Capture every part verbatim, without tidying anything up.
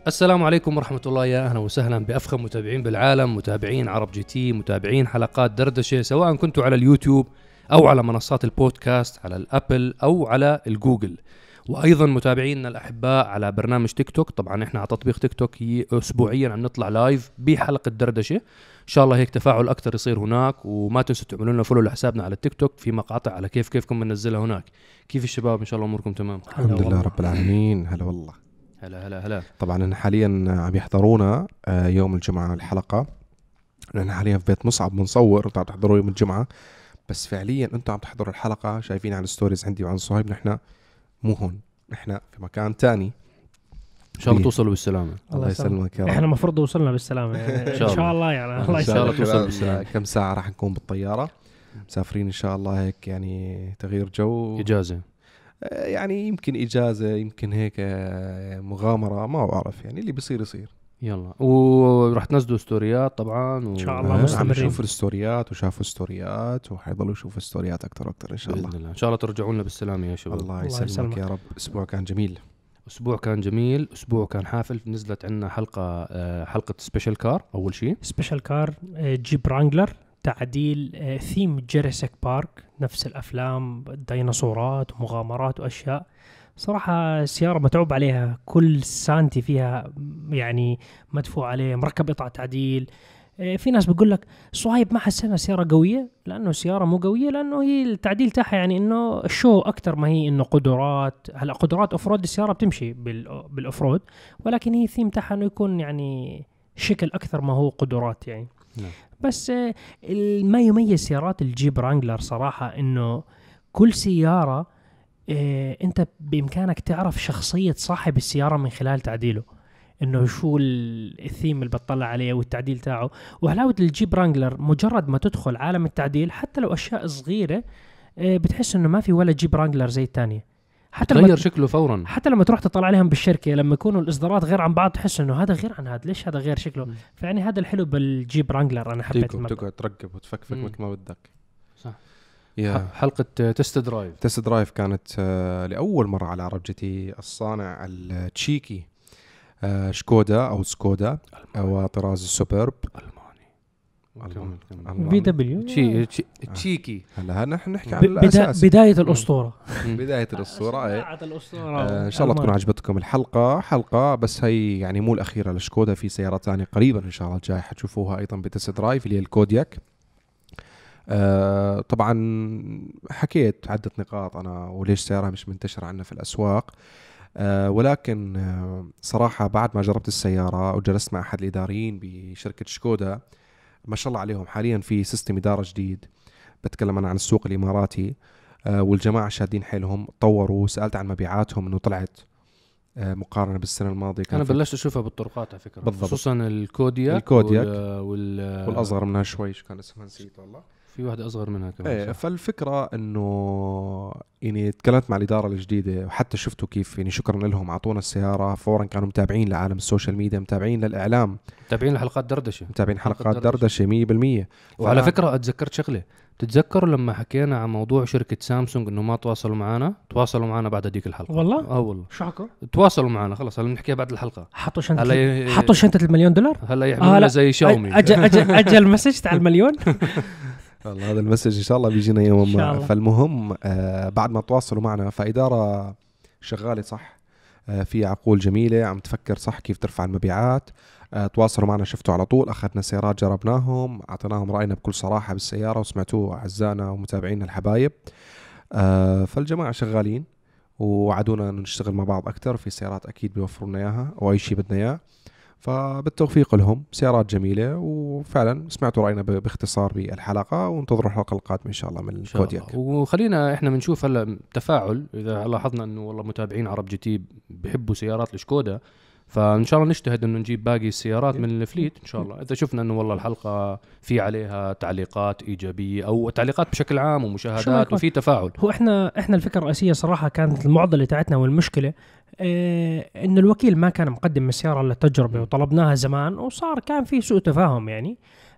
السلام عليكم ورحمة الله، يا أهلا وسهلا بأفخم متابعين بالعالم، متابعين عرب جي تي، متابعين حلقات دردشة، سواء كنتوا على اليوتيوب أو على منصات البودكاست على الأبل أو على الجوجل، وأيضا متابعينا الأحباء على برنامج تيك توك. طبعا إحنا على تطبيق تيك توك هي أسبوعيا عم نطلع لايف بحلقة دردشة، إن شاء الله هيك تفاعل أكتر يصير هناك. وما تنسوا تعملوا لنا فولو لحسابنا على التيك توك، في مقاطع على كيف كيفكم بننزلها هناك. كيف الشباب؟ إن شاء الله أموركم تمام؟ الحمد لله رب العالمين. هلا والله. هلا هلا هلا. طبعا أنا حاليا عم يحضرونا يوم الجمعة الحلقة، لأن حاليا في بيت مصعب بنصور وانتوا عم تحضروا يوم الجمعة، بس فعليا انتوا عم تحضروا الحلقة شايفين على الستوريز عندي وعن صهيب. نحن مو هون، نحن في مكان تاني. إن شاء الله توصلوا بالسلامة. الله يسلمك يا رب. احنا مفروض وصلنا بالسلامة يعني. إن شاء الله يعني الله إن شاء الله يسلمك. توصل بالسلامة. كم ساعة راح نكون بالطيارة مسافرين إن شاء الله، هيك يعني تغيير جو، إجازة يعني يمكن إجازة، يمكن هيك مغامرة، ما بعرف يعني اللي بيصير يصير. يلا، ورح تنزلوا ستوريات طبعا و... إن شاء الله عم مستمرين. يشوفوا الستوريات وشافوا ستوريات وحيضلوا يشوفوا ستوريات أكتر وأكتر إن شاء الله. بإذن الله. إن شاء الله ترجعوا لنا بالسلامة يا شباب. الله الله يسلمك, يسلمك يا رب. أسبوع كان جميل. أسبوع كان جميل، أسبوع كان حافل. نزلت عنا حلقة آه، حلقة سبيشال كار. أول شيء سبيشال كار جيب رانجلر، تعديل آه، ثيم جيرسيك بارك، نفس الأفلام، ديناصورات ومغامرات وأشياء. صراحة سيارة متعوب عليها، كل سانتي فيها يعني مدفوع عليه، مركب قطع تعديل. آه، في ناس بيقول لك صهيب ما حسنا سيارة قوية، لأنه سيارة مو قوية، لأنه هي التعديل تاعها يعني إنه شو أكتر ما هي إنه قدرات. هلا قدرات أوفرود السيارة بتمشي بالأوفرود، ولكن هي ثيم تاعها إنه يكون يعني شكل أكثر ما هو قدرات يعني. نعم. بس آه، ما يميز سيارات الجيب رانجلر صراحة إنه كل سيارة آه، أنت بإمكانك تعرف شخصية صاحب السيارة من خلال تعديله، انه شو الثيم اللي بتطلع عليه والتعديل تاعه. وحلاوه الجيب رانجلر مجرد ما تدخل عالم التعديل، حتى لو اشياء صغيره بتحس انه ما في ولا جيب رانجلر زي الثانيه. حتى تغير شكله فورا. حتى لما تروح تطلع عليهم بالشركه، لما يكونوا الاصدارات غير عن بعض، تحس انه هذا غير عن هذا، ليش هذا غير شكله. م. فيعني هذا الحلو بالجيب رانجلر. انا حبيت تقعد تركب وتفكفك مثل ما بدك. صح. يا حلقة تست درايف. تست درايف كانت آه لأول مرة على عرب جي تي. الصانع التشيكي آه شكودا أو سكودا أو طراز السوبرب ألماني بي دبليو تشي تشيكي. هلا نحن نحكي عن الأساس، بداية الأسطورة. بداية الأسطورة. آه إن شاء الله تكون عجبتكم الحلقة. حلقة بس هي يعني مو الأخيرة لشكودا، في سيارات ثانية قريبا إن شاء الله الجاي حتشوفوها أيضا بتست درايف، اللي هي الكودياك. آه طبعا حكيت عدة نقاط أنا وليش سيارة مش منتشرة عنا في الأسواق. آه ولكن آه صراحة بعد ما جربت السيارة وجلست مع أحد الإداريين بشركة شكودا، ما شاء الله عليهم، حاليا في سيستم إدارة جديد. بتكلم أنا عن السوق الإماراتي. آه والجماعة شادين حيلهم، طوروا. سألت عن مبيعاتهم إنه طلعت آه مقارنة بالسنة الماضية. أنا بلشت أشوفها بالطرقات على فكرة، بالضبط. خصوصا الكودياك, الكودياك وال... وال... والأصغر منها شوي، شو كان اسمها نسيت والله. في واحدة أصغر منها كمان. ايه، فالفكرة إنه يعني تكلمت مع الإدارة الجديدة، وحتى شفتوا كيف يعني شكرا لهم عطونا السيارة فورا. كانوا متابعين لعالم السوشيال ميديا، متابعين للإعلام، متابعين لحلقات دردشة، متابعين حلقات دردشة مية بالمية. وعلى فكرة أتذكرت شغلة، تتذكروا لما حكينا عن موضوع شركة سامسونج إنه ما تواصلوا معنا؟ تواصلوا معنا بعد هذيك الحلقة. والله؟ آه والله. شو حكوا؟ تواصلوا معنا خلاص، هلا بنحكيها بعد الحلقة. حطوا شنطة هلا ي... حطوا شنطة المليون دولار. هلا يعملوا آه زي شاومي. أجل أجل أجل المسج تاع المليون. والله هذا المسج إن شاء الله بيجينا يوم ما. فالمهم آه بعد ما تواصلوا معنا، فإدارة شغالة صح، آه في عقول جميلة عم تفكر صح كيف ترفع المبيعات. آه تواصلوا معنا، شفتوا على طول، أخذنا سيارات جربناهم، أعطيناهم رأينا بكل صراحة بالسيارة، وسمعتوه أعزائنا ومتابعينا الحبايب. آه فالجماعة شغالين وعدونا نشتغل مع بعض أكتر في سيارات أكيد بيوفروا لنا إياها وأي شيء بدنا إياه. فبالتوفيق لهم، سيارات جميلة، وفعلا سمعتوا رأينا باختصار بالحلقة، وانتظروا الحلقة القادمة إن شاء الله من الكودياك. وخلينا إحنا بنشوف هلا تفاعل، إذا لاحظنا إنه والله متابعين عرب جي تي بيحبوا سيارات الشكودا، فإن شاء الله نجتهد إنه نجيب باقي السيارات من الفليت إن شاء الله. إذا شفنا إنه والله الحلقة في عليها تعليقات إيجابية أو تعليقات بشكل عام ومشاهدات وفي تفاعل. هو إحنا إحنا الفكرة الرئيسية صراحة كانت المعضلة تاعتنا والمشكلة إيه، إن الوكيل ما كان مقدم السيارة للتجربة، وطلبناها زمان وصار كان في سوء تفاهم يعني.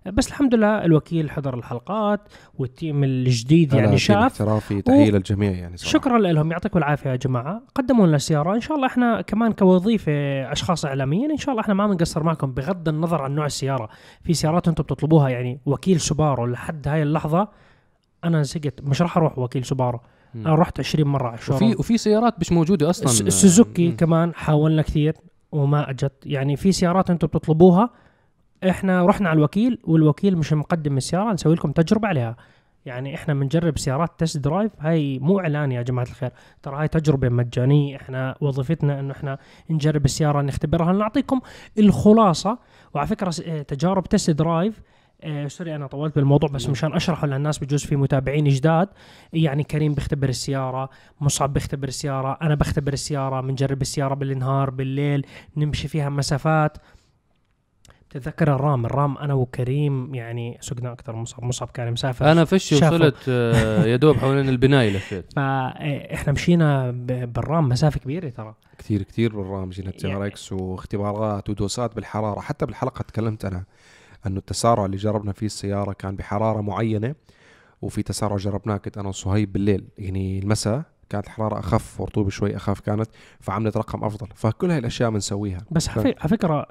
بس الحمد لله الوكيل حضر الحلقات والتيم الجديد يعني شاف احترافي تحية و... للجميع يعني صراحة. شكرا لهم، يعطيكم العافية يا جماعة. قدموا لنا سيارة إن شاء الله. إحنا كمان كوظيفة أشخاص إعلاميين إن شاء الله إحنا ما بنقصر معكم بغض النظر عن نوع السيارة. في سيارات أنتم بتطلبوها يعني وكيل سوبارو لحد هاي اللحظة أنا زقت مش راح أروح وكيل سوبارو. م. أنا رحت عشرين مرة على الشوارع. وفي وفي سيارات مش موجودة أصلا. سوزوكي م. كمان حاولنا كثير وما أجت. يعني في سيارات أنتم بتطلبوها احنا رحنا على الوكيل والوكيل مش مقدم السيارة نسوي لكم تجربة عليها. يعني احنا بنجرب سيارات تست درايف، هاي مو اعلان يا جماعة الخير، ترى هاي تجربة مجانية. احنا وظيفتنا انه احنا نجرب السيارة نختبرها نعطيكم الخلاصة. وعلى فكرة تجارب تست درايف آه سوري انا طولت بالموضوع بس مشان اشرحه للناس بجوز في متابعين جداد. يعني كريم بيختبر السيارة، مصعب بيختبر السيارة، انا بختبر السيارة، بنجرب السيارة بالنهار بالليل نمشي فيها مسافات. تذكر الرام الرام انا وكريم يعني سقنا اكثر. مصعب مصعب كان مسافر انا فش وصلت يا دوب حوالين البنايه لفيت. فاحنا مشينا بالرام مسافه كبيره ترى كثير كثير بالرام. جينا تي ار اكس واختبارات ودوسات بالحراره. حتى بالحلقه تكلمت انا انه التسارع اللي جربنا فيه السياره كان بحراره معينه، وفي تسارع جربناه كنت انا وصهيب بالليل يعني المساء كانت الحرارة أخف ورطوبة شوي أخف كانت، فعملت رقم أفضل. فكل هاي الأشياء بنسويها. بس ف... على فكرة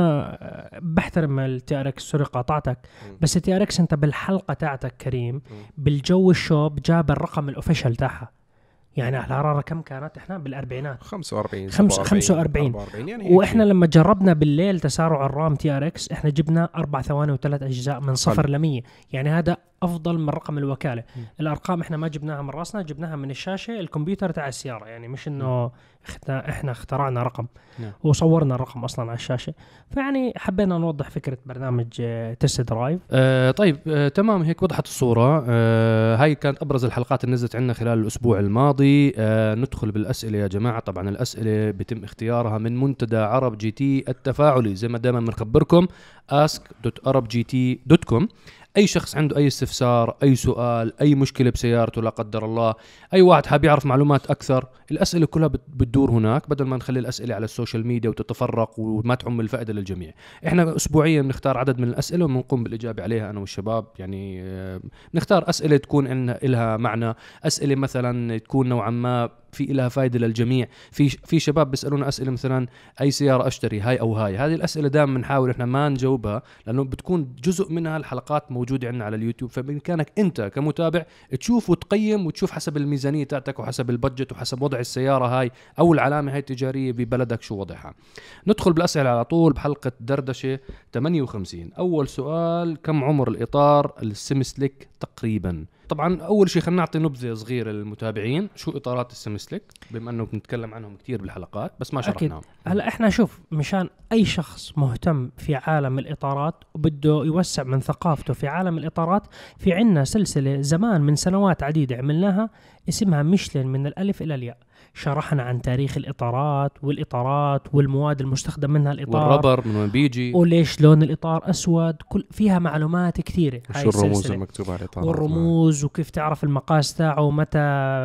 أنا بحترم التي ار اكس سوري قاطعتك م. بس التي ار اكس أنت بالحلقة تاعتك كريم م. بالجو الشوب جاب الرقم الأوفيشال تاعها. يعني الحرارة كم كانت؟ إحنا بالأربعينات خمسة وأربعين خمسة وأربعين يعني. وإحنا لما جربنا بالليل تسارع الرام تي ار اكس إحنا جبنا أربع ثواني وثلاث أجزاء من صفر لمية. يعني هذا أفضل من رقم الوكالة. م. الأرقام إحنا ما جبناها من راسنا، جبناها من الشاشة الكمبيوتر تاع السيارة. يعني مش إنه إحنا اخترعنا رقم م. وصورنا الرقم أصلا على الشاشة. فيعني حبينا نوضح فكرة برنامج تست درايف. آه طيب آه تمام هيك وضحت الصورة. آه هاي كانت أبرز الحلقات اللي نزلت عنا خلال الأسبوع الماضي. آه ندخل بالأسئلة يا جماعة. طبعا الأسئلة بيتم اختيارها من منتدى عرب جي تي التفاعلي زي ما دائما بنخبركم ask dot arab g t dot com. أي شخص عنده أي استفسار، أي سؤال، أي مشكلة بسيارته لا قدر الله، أي واحد حاب يعرف معلومات أكثر، الأسئلة كلها بتدور هناك بدل ما نخلي الأسئلة على السوشيال ميديا وتتفرق وما تعم الفائدة للجميع. إحنا أسبوعيا بنختار عدد من الأسئلة وبنقوم بالإجابة عليها أنا والشباب. يعني نختار أسئلة تكون إن لها معنى، أسئلة مثلا تكون نوعا ما في لها فائدة للجميع. في في شباب بيسألونا أسئلة مثلا أي سيارة أشتري هاي أو هاي. هذه الأسئلة دائما بنحاول إحنا ما نجاوبها لأنه بتكون جزء منها الحلقات موجودة عندنا على اليوتيوب. فبإمكانك أنت كمتابع تشوف وتقيم وتشوف حسب الميزانية تاعتك وحسب البادجت وحسب وضع السيارة هاي أو العلامة هاي التجارية ببلدك شو وضعها. ندخل بالأسئلة على طول بحلقة دردشة ثمانية وخمسين. أول سؤال: كم عمر الإطار السيمسليك تقريبا؟ طبعا أول شيء خلينا نعطي نبذة صغيرة للمتابعين شو إطارات السيمسليك بما أنه بنتكلم عنهم كتير بالحلقات بس ما شرحناهم. هلا إحنا شوف مشان أي شخص مهتم في عالم الإطارات وبده يوسع من ثقافته في عالم الإطارات، في عنا سلسلة زمان من سنوات عديدة عملناها اسمها ميشلين من الألف إلى الياء. شرحنا عن تاريخ الإطارات والإطارات والمواد المستخدم منها الإطار والربر من وين بيجي وليش لون الإطار أسود. كل فيها معلومات كثيرة. شو الرموز المكتوبة على الإطار والرموز وكيف تعرف المقاس تاعه ومتى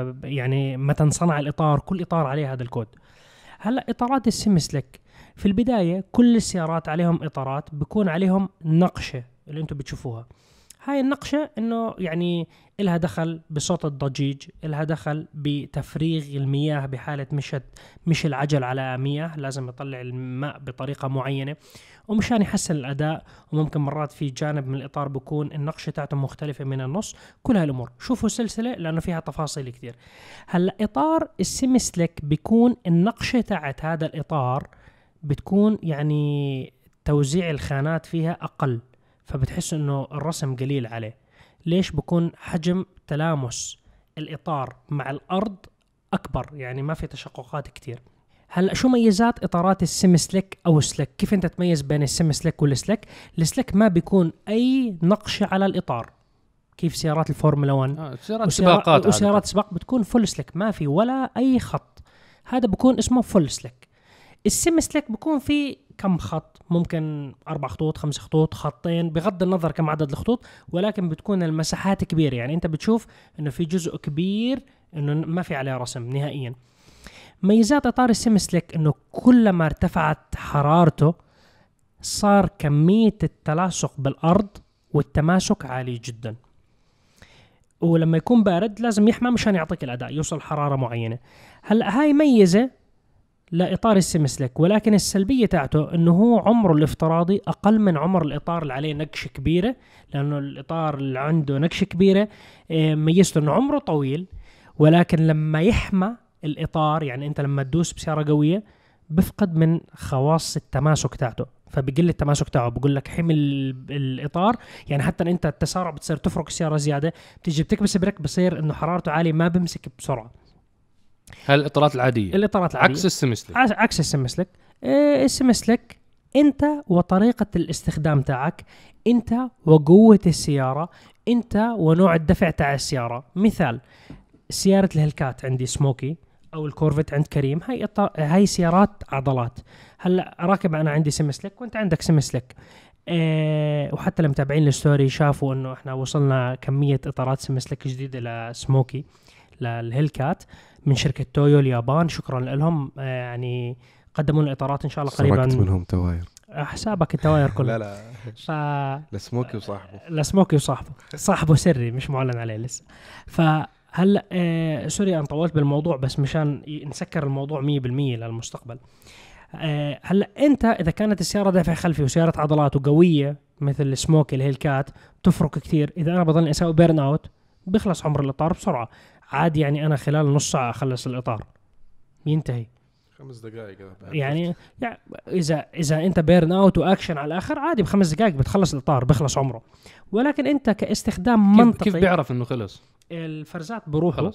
يعني متى انصنع الإطار. كل إطار عليه هذا الكود. هلأ إطارات السيمسليك في البداية كل السيارات عليهم إطارات بيكون عليهم نقشة اللي انتم بتشوفوها. هاي النقشة انه يعني إلها دخل بصوت الضجيج، إلها دخل بتفريغ المياه بحالة مشت مش العجل على مياه، لازم يطلع الماء بطريقة معينة ومشان يحسن الأداء. وممكن مرات في جانب من الإطار بيكون النقشة تاعته مختلفة من النص. كل هالأمور شوفوا سلسلة لأنه فيها تفاصيل كتير. هلأ إطار السيمسليك بيكون النقشة تاعت هذا الإطار بتكون يعني توزيع الخانات فيها أقل، فبتحس إنه الرسم قليل عليه. ليش؟ بكون حجم تلامس الإطار مع الأرض أكبر، يعني ما في تشققات كتير. هلأ شو ميزات إطارات السيمسليك أو سليك؟ كيف أنت تميز بين السيمسليك والسليك؟ السليك ما بيكون أي نقش على الإطار كيف سيارات الفورمولا واحد آه، سيارات سباقات وسيارات سباق بتكون فول سليك ما في ولا أي خط. هذا بيكون اسمه فول سليك. السيمسليك بيكون في كم خط، ممكن أربع خطوط خمس خطوط خطين بغض النظر كم عدد الخطوط، ولكن بتكون المساحات كبيرة. يعني أنت بتشوف إنه في جزء كبير إنه ما في عليه رسم نهائيا. ميزات إطار السيمسليك إنه كلما ارتفعت حرارته صار كمية التلاصق بالأرض والتماسك عالي جدا. ولما يكون بارد لازم يحمى مشان يعطيك الأداء، يوصل حرارة معينة. هلا هاي ميزة لإطار السيمسلك، ولكن السلبية تاعته إنه هو عمره الافتراضي أقل من عمر الإطار اللي عليه نقش كبيرة، لأنه الإطار اللي عنده نقش كبيرة ميزته إنه عمره طويل، ولكن لما يحمى الإطار، يعني أنت لما تدوس بسيارة قوية بفقد من خواص التماسك تاعته، فبقل التماسك تاعه. بقول لك حمل الإطار، يعني حتى أنت التسارع بتصير تفرك السيارة زيادة، بتيجي بتكبس بريك بصير إنه حرارته عالية ما بمسك بسرعة. هالإطارات العادية الإطارات العادية عكس السيمسلك. عكس السيمسلك. إيه السيمسلك أنت وطريقة الاستخدام تاعك، أنت وقوة السيارة، أنت ونوع الدفع تاع السيارة. مثال سيارة الهلكات عندي سموكي أو الكورفت عند كريم، هاي إطار هاي سيارات عضلات. هلا راكب أنا عندي سيمسلك وأنت عندك سيمسلك، إيه وحتى المتابعين الستوري شافوا إنه إحنا وصلنا كمية إطارات سيمسلك جديدة لسموكي للهلكات من شركة تويو اليابان، شكرا لهم. يعني قدموا لنا إطارات إن شاء الله قريبا. سرقت منهم تواير، حسابك التواير كلها. لا لا ف... لسموكي وصاحبه لسموكي وصاحبه صاحبه سري مش معلن عليه لسه. فهلا آه سوري أنا طولت بالموضوع، بس مشان نسكر الموضوع مية بالمية للمستقبل. آه هلا أنت إذا كانت السيارة دافع خلفي وسيارة عضلات وقوية مثل سموكي الهلكات تفرك كثير، إذا أنا بضل أسوي بيرن أوت بيخلص عمر الإطار بسرعة عادي. يعني أنا خلال نص ساعة أخلص الإطار ينتهي خمس دقائق يعني, يعني إذا إذا أنت بيرن أوت وأكشن على الآخر عادي بخمس دقائق بتخلص الإطار بخلص عمره. ولكن أنت كاستخدام كيف منطقي كيف بيعرف إنه خلص؟ الفرزات بروحه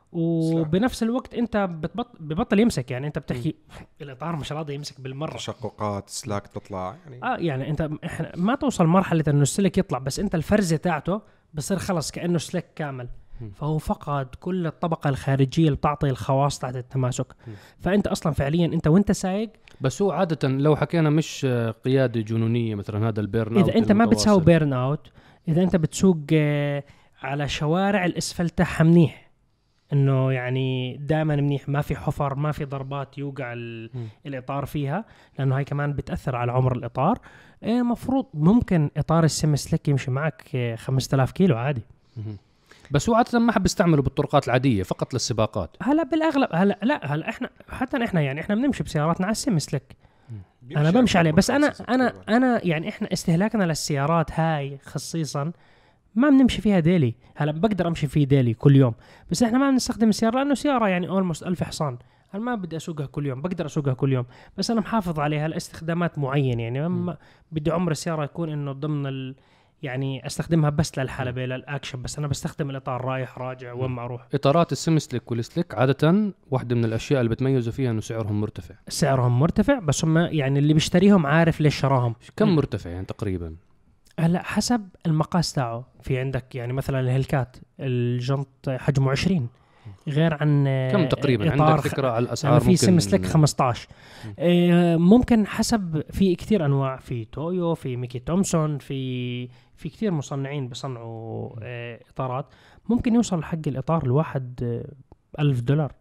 وبنفس الوقت أنت بتبطل ببطل يمسك. يعني أنت بتحكي الإطار مش راضي يمسك بالمرة، تشققات سلاك تطلع يعني آه يعني أنت إحنا ما توصل مرحلة إنه السلك يطلع، بس أنت الفرزة تاعته بصير خلص كأنه سلك كامل، فهو فقد كل الطبقة الخارجية اللي تعطي الخواص تحت التماسك. فأنت أصلا فعليا أنت وأنت سايق، بس هو عادة لو حكينا مش قيادة جنونية مثلا هذا البيرن اوت، إذا أنت ما بتساوي بيرن اوت، إذا أنت بتسوق على شوارع الأسفلت تاعها منيح، إنه يعني دائما منيح، ما في حفر ما في ضربات يوقع الإطار فيها، لأنه هاي كمان بتأثر على عمر الإطار. إيه مفروض ممكن إطار السيمسلك يمشي معك خمسة آلاف كيلو عادي. بس هو عادة ما حب يستعمله بالطرقات العادية فقط للسباقات. هلا بالأغلب هلا لا هلا إحنا حتى إحنا يعني إحنا بنمشي بسياراتنا على السيمسلك، أنا بمشي عليه. بس أنا أنا أنا يعني إحنا استهلاكنا للسيارات هاي خصيصا ما بنمشي فيها ديلي. هلا بقدر أمشي فيه ديلي كل يوم، بس إحنا ما بنستخدم السيارة لأنه سيارة يعني أولموست ألف حصان، أنا ما بدي أسوقها كل يوم. بقدر أسوقها كل يوم بس أنا محافظ عليها لاستخدامات معينة. يعني ما بدي عمر السيارة يكون إنه ضمن ال يعني استخدمها بس للحلبة للأكشن، بس أنا بستخدم الإطار رايح راجع وين ما أروح. إطارات السيمسليك والسليك عادة واحدة من الأشياء اللي بتميزوا فيها إنه سعرهم مرتفع. سعرهم مرتفع، بس هم يعني اللي بيشتريهم عارف ليش شراهم. كم مرتفع يعني تقريبا؟ هلا حسب المقاس تاعه. في عندك يعني مثلا الهلكات الجنط حجمه عشرين، غير عن كم تقريبا عندك فكرة على الأسعار؟ يعني في سيمسلك خمسة عشر آه ممكن حسب. في كثير أنواع، في تويو، في ميكي تومسون، في في كثير مصنعين بصنعوا آه إطارات. ممكن يوصل حق الإطار الواحد آه ألف دولار،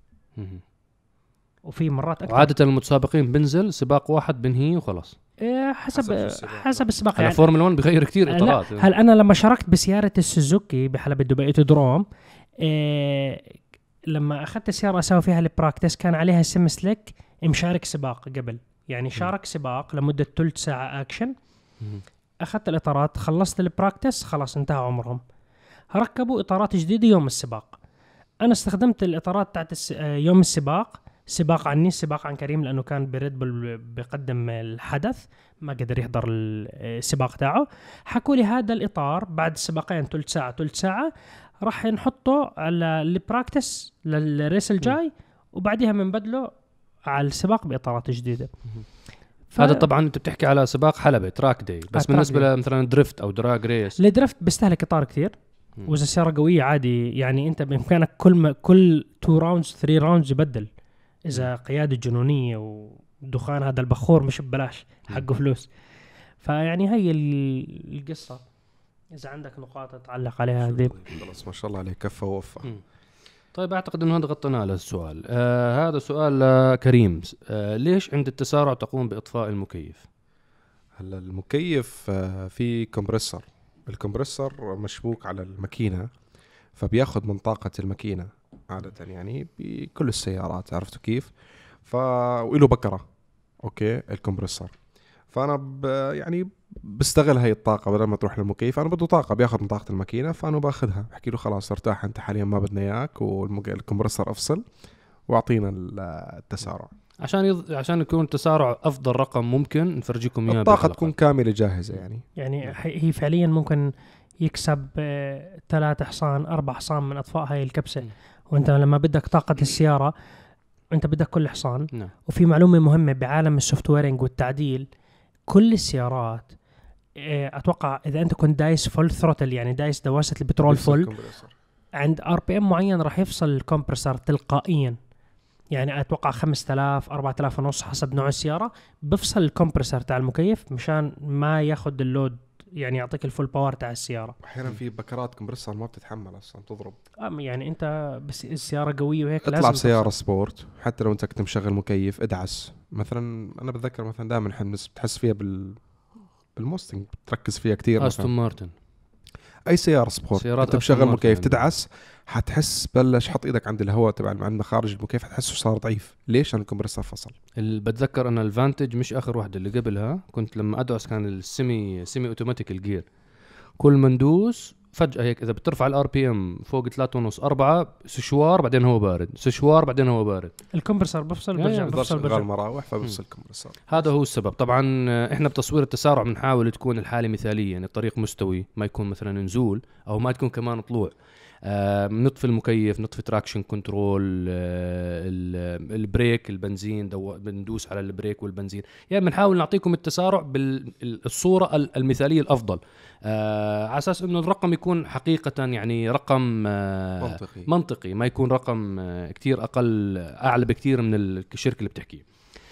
وفي مرات أكثر. وعادة المتسابقين بنزل سباق واحد بنهي وخلاص. إيه حسب حسب السباق, حسب السباق. يعني فورمولا واحد بيغير كتير إطارات. هل أنا لما شاركت بسيارة السوزوكي بحلبة دبي إتودروم، إيه لما أخذت السيارة أسوي فيها البراكتس كان عليها سيمسلك مشارك سباق قبل، يعني شارك سباق لمدة ثلث ساعة أكشن. أخذت الإطارات، خلصت البراكتس، خلاص انتهى عمرهم. ركبوا إطارات جديدة يوم السباق. أنا استخدمت الإطارات تاعت الس... يوم السباق، سباق عني سباق عن كريم، لأنه كان بريد بول بيقدم الحدث ما قدر يحضر السباق تاعه. حكوا لي هذا الإطار بعد السباقين ثلث ساعة ثلث ساعة راح نحطه على البراكتس للريس الجاي، وبعدها بنبدله على السباق بإطارات جديدة. ف... هذا طبعا انت بتحكي على سباق حلبة تراك داي، بس بالنسبة لمثلا دريفت او دراج ريس، الدريفت بيستهلك اطار كثير، واذا السيارة قوية عادي يعني انت بامكانك كل ما كل تو راوندز ثري راوندز يبدل، اذا قيادة جنونية ودخان هذا البخور مش ببلاش حقه فلوس. فيعني هي القصة. اذا عندك نقاط تعلق عليها هذه خلاص ما شاء الله عليك كفى ووفى. طيب أعتقد أنه هذا غطينا على السؤال. آه هذا سؤال آه كريم. آه ليش عند التسارع تقوم بإطفاء المكيف؟ هلا المكيف آه في كمبرسر الكمبرسور مشبوك على الماكينة، فبياخد من طاقة الماكينة عادة يعني بكل السيارات، عرفتوا كيف؟ فإله بكرة أوكي الكمبرسور، فأنا ب يعني بستغل هاي الطاقة بدل ما تروح للمكيف. أنا بده طاقة بياخد من طاقة الماكينة، فأنا باخدها بحكي له خلاص ارتاح أنت حاليا ما بدنا إياك، والكمبرسور أفصل وأعطينا التسارع عشان يض... عشان يكون تسارع افضل رقم ممكن نفرجيكم اياه. الطاقه تكون كامله جاهزه يعني. يعني هي فعليا ممكن يكسب ثلاث حصان اربع حصان من اطفاء هاي الكبسه. م. وانت لما بدك طاقه السياره انت بدك كل حصان. م. وفي معلومه مهمه بعالم السوفت ويرنج والتعديل، كل السيارات اتوقع اذا انت كنت دايس فول ثروتل يعني دايس دواسه البترول فول، عند ار بي ام معين راح يفصل الكمبرسور تلقائيا. يعني اتوقع خمسة آلاف أربعة آلاف ونص حسب نوع السياره بفصل الكمبرسور تاع المكيف مشان ما ياخذ اللود، يعني يعطيك الفول باور تاع السياره. احيانا في بكرات كمبرسور ما بتتحمل اصلا تضرب. يعني انت بس السياره قويه وهيك لازم تطلع سياره سبورت، حتى لو انت كنت مشغل مكيف ادعس مثلا. انا بتذكر مثلا دائما حمس بتحس فيها بال بالموستنج، بتركز فيها كتير. استون مارتن اي سياره سبورت انت مشغل مكيف تدعس حتحس بلش حط ايدك عند الهواء تبع عند مخارج المكيف حتحسه صار ضعيف. ليش؟ الكمبرسور فصل. بتذكر انا الفانتج مش اخر واحده اللي قبلها كنت لما ادعس كان السيمي سيمي اوتوماتيك الجير، كل ما ندوس فجاه هيك اذا بترفع الار بي ام فوق ثلاثة ونص أربعة سشوار بعدين هو بارد، سشوار بعدين هو بارد، الكمبرسور بفصل برجع بفصل برجع المراوح فبفصل الكمبرسور. هذا هو السبب. طبعا احنا بتصوير التسارع بنحاول تكون الحاله مثاليه، يعني الطريق مستوي ما يكون مثلا نزول او ما تكون كمان طلوع. آه نطفي المكيف، نطفي تراكشن كنترول، آه البريك البنزين دو بندوس على البريك والبنزين، يعني بنحاول نعطيكم التسارع بالصورة المثالية الأفضل، آه على أساس إنه الرقم يكون حقيقة يعني رقم آه منطقي. منطقي ما يكون رقم آه كتير أقل أعلى بكتير من الشركة اللي بتحكيه.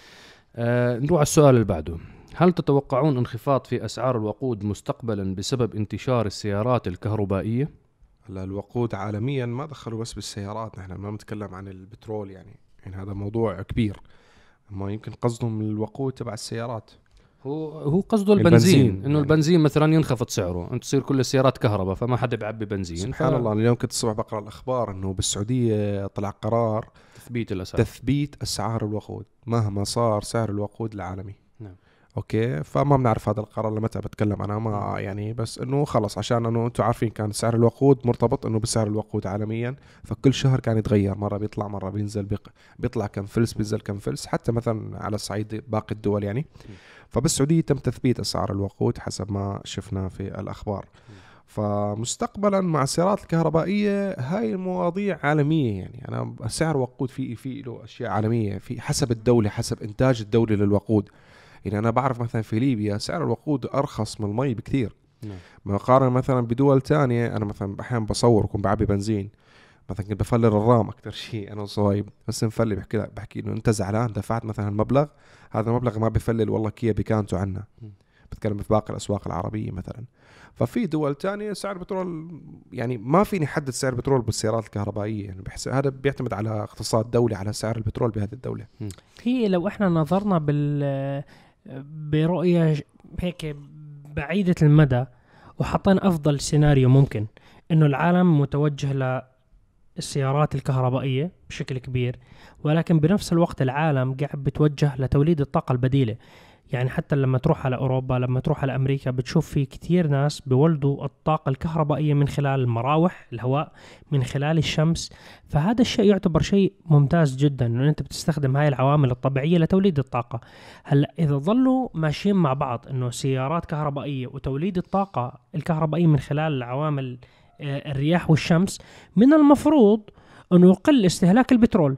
آه نروح على السؤال اللي بعده. هل تتوقعون انخفاض في أسعار الوقود مستقبلا بسبب انتشار السيارات الكهربائية؟ هلا الوقود عالميا ما دخلوا بس بالسيارات، نحن ما نتكلم عن البترول يعني يعني هذا موضوع كبير. ما يمكن قصدهم الوقود تبع السيارات، هو هو قصده البنزين, البنزين انه يعني. البنزين مثلا ينخفض سعره، انت تصير كل السيارات كهرباء فما حدا بيعبي بنزين. سبحان ف... الله. اليوم كنت الصبح بقرا الاخبار انه بالسعوديه طلع قرار تثبيت الاسعار، تثبيت اسعار الوقود مهما صار سعر الوقود العالمي. نعم. اوكي، فما بنعرف هذا القرار لمتى بتكلم انا ما يعني، بس انه خلص عشان انه انتم عارفين كان سعر الوقود مرتبط انه بسعر الوقود عالميا، فكل شهر كان يتغير، مره بيطلع مره بينزل، بيق... بيطلع كم فلس بينزل كم فلس، حتى مثلا على الصعيد باقي الدول يعني. فبالسعوديه تم تثبيت اسعار الوقود حسب ما شفنا في الاخبار. فمستقبلا مع السيارات الكهربائيه هاي المواضيع عالميه، يعني انا سعر وقود في في له اشياء عالميه في حسب الدوله، حسب انتاج الدوله للوقود. يعني أنا بعرف مثلا في ليبيا سعر الوقود أرخص من المي بكثير، مقارنة مثلا بدول تانية. أنا مثلا أحيانا بصور وكون بعبي بنزين مثلا كنت بفلر الرام أكتر شيء أنا وصايب، بس نفلي بحكي لا بحكي إنه أنت زعلان دفعت مثلا المبلغ هذا، المبلغ ما بفلل والله كيا بكانتو عنا. بتكلم في باقي الأسواق العربية مثلا. ففي دول تانية سعر بترول يعني ما فيني حدد سعر بترول بالسيارات الكهربائية، يعني بحس هذا بيعتمد على اقتصاد دولي على سعر البترول بهذه الدولة. هي لو إحنا نظرنا بال برؤية هيك بعيدة المدى وحطينا أفضل سيناريو ممكن، إنه العالم متوجه للسيارات الكهربائية بشكل كبير، ولكن بنفس الوقت العالم قاعد بتوجه لتوليد الطاقة البديلة. يعني حتى لما تروح على أوروبا، لما تروح على أمريكا، بتشوف في كتير ناس بيولدوا الطاقة الكهربائية من خلال المراوح الهواء، من خلال الشمس. فهذا الشيء يعتبر شيء ممتاز جدا، إنه أنت بتستخدم هاي العوامل الطبيعية لتوليد الطاقة. هلا إذا ظلوا ماشيين مع بعض إنه سيارات كهربائية وتوليد الطاقة الكهربائية من خلال العوامل الرياح والشمس، من المفروض إنه يقل استهلاك البترول.